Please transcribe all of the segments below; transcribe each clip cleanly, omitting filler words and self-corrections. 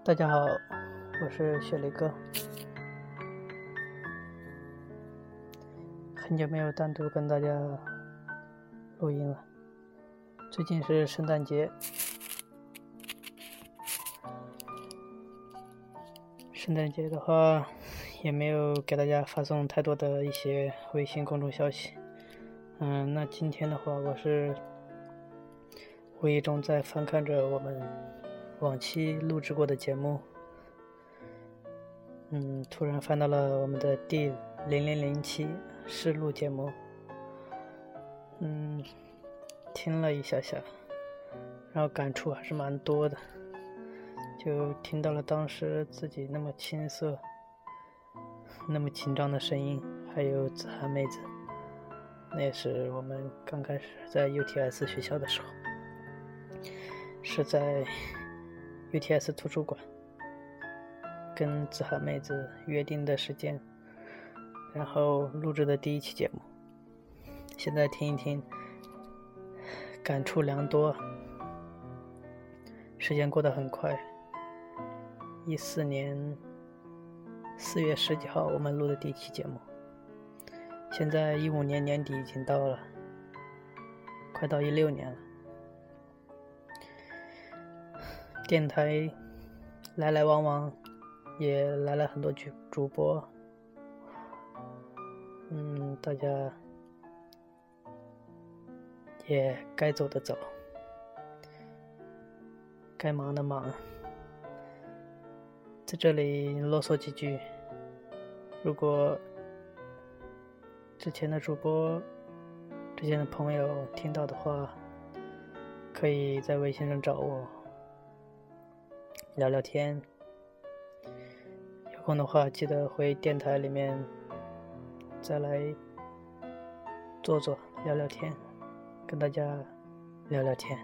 大家好，我是雪梨哥，很久没有单独跟大家录音了。最近是圣诞节，圣诞节的话也没有给大家发送太多的一些微信公众消息。那今天的话，我是无意中在翻看着我们往期录制过的节目，突然翻到了我们的第0007试录节目，听了一下下，然后感触还是蛮多的，就听到了当时自己那么青涩、那么紧张的声音，还有子涵妹子，那也是我们刚开始在 UTS 学校的时候，是在 UTS 图书馆跟子涵妹子约定的时间，然后录制的第一期节目。现在听一听，感触良多。时间过得很快，14年4月10几号我们录的第一期节目，现在15年年底已经到了，快到16年了。电台来来往往，也来了很多主播，大家也该走的走，该忙的忙。在这里啰嗦几句，如果之前的主播、之前的朋友听到的话，可以在微信上找我聊聊天。有空的话记得回电台里面再来坐坐聊聊天，跟大家聊聊天。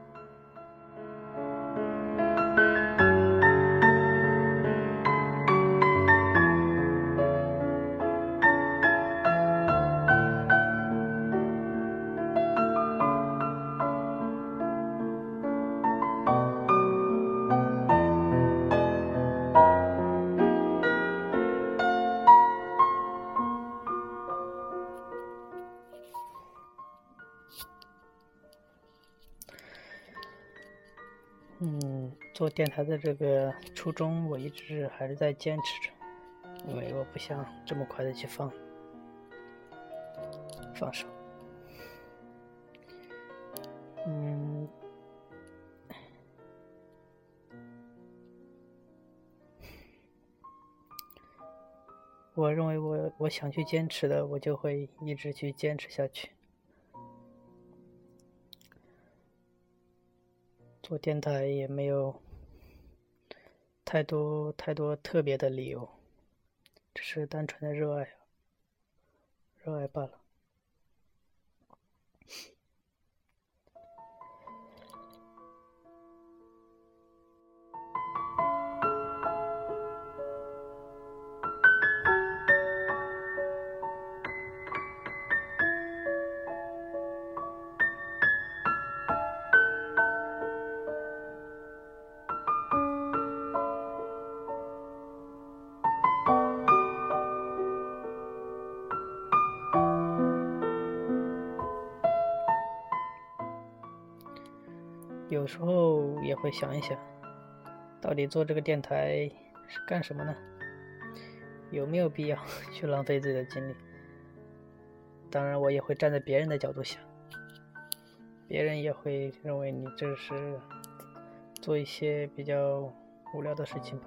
做电台的这个初衷我一直还是在坚持着，因为我不想这么快的去放手。我认为我想去坚持的，我就会一直去坚持下去。做电台也没有太多特别的理由，只是单纯的热爱罢了。有时候也会想一想，到底做这个电台是干什么呢？有没有必要去浪费自己的精力？当然我也会站在别人的角度想，别人也会认为你这是做一些比较无聊的事情吧。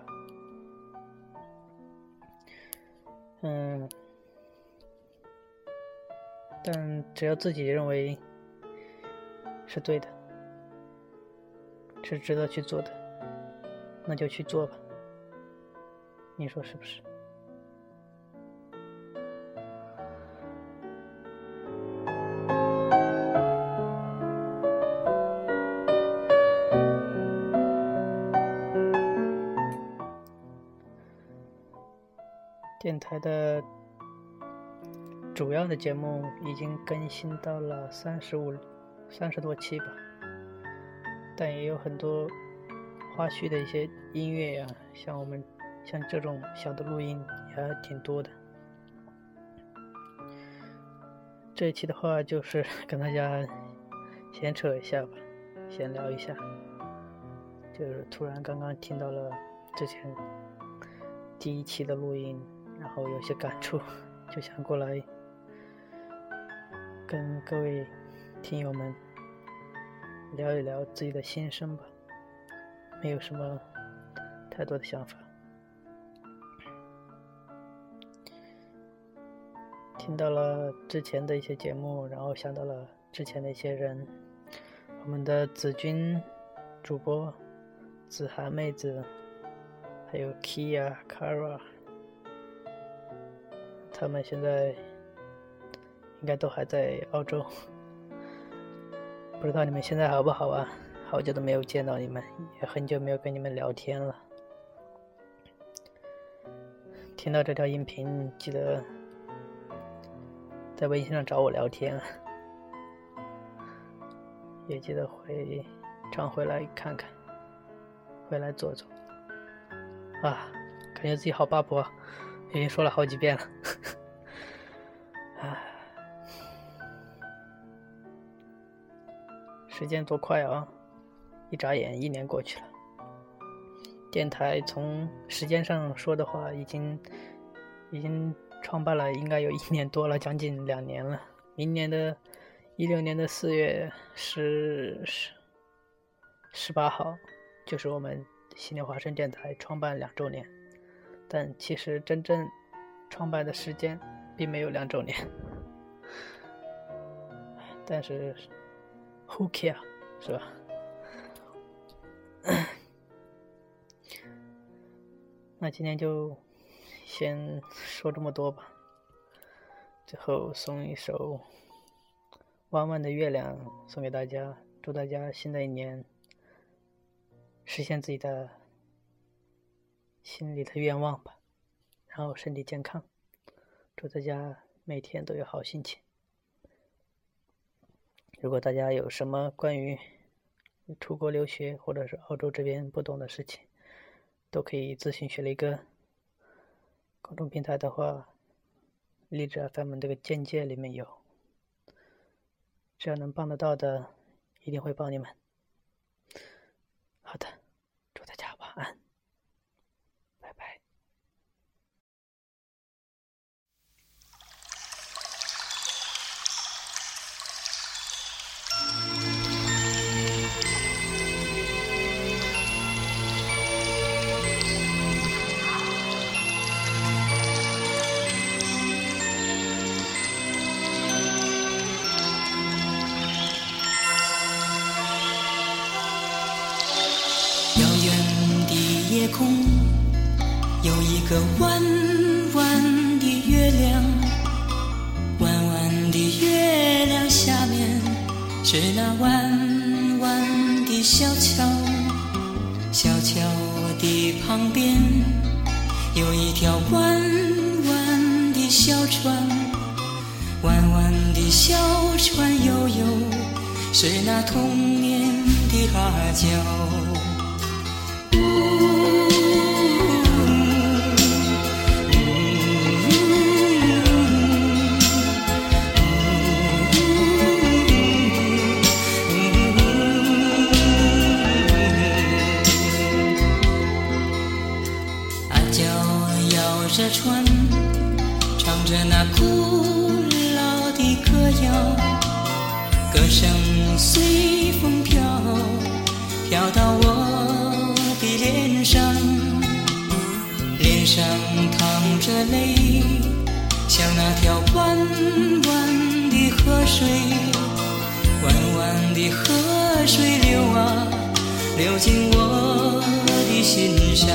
但只要自己认为是对的，是值得去做的，那就去做吧。你说是不是？电台的主要的节目已经更新到了30多期吧，但也有很多花絮的一些音乐呀，像这种小的录音也还挺多的。这一期的话就是跟大家闲扯一下吧，闲聊一下，就是突然刚刚听到了之前第一期的录音，然后有些感触，就想过来跟各位听友们聊一聊自己的心声吧，没有什么太多的想法。听到了之前的一些节目，然后想到了之前的一些人，我们的子君主播、子涵妹子，还有 Kia、Kara， 他们现在应该都还在澳洲，不知道你们现在好不好啊？好久都没有见到你们，也很久没有跟你们聊天了。听到这条音频，记得在微信上找我聊天啊，也记得常回来看看，回来坐坐啊，感觉自己好八婆，已经说了好几遍了。时间多快啊，一眨眼1年过去了。电台从时间上说的话已经创办了，应该有1年多了，将近2年了。明年的16年的4月18号就是我们犀牛华声电台创办2周年，但其实真正创办的时间并没有2周年，但是 who care 是吧？那今天就先说这么多吧，最后送一首弯弯的月亮送给大家，祝大家新的一年实现自己的心里的愿望吧，然后身体健康，祝大家每天都有好心情。如果大家有什么关于出国留学或者是澳洲这边不懂的事情，都可以咨询雪梨哥。公众平台的话，荔枝 FM 这个简介里面有，只要能帮得到的一定会帮你们。好的，祝大家晚安，拜拜。 夜空有一个弯弯的月亮，弯弯的月亮下面是那弯弯的小桥，小桥的旁边有一条弯弯的小船，弯弯的小船悠悠是那童年的哈角。着船，唱着那古老的歌谣，歌声随风飘，飘到我的脸上，脸上淌着泪，像那条弯弯的河水，弯弯的河水流啊，流进我的心上。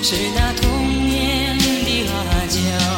是那童年的阿娇。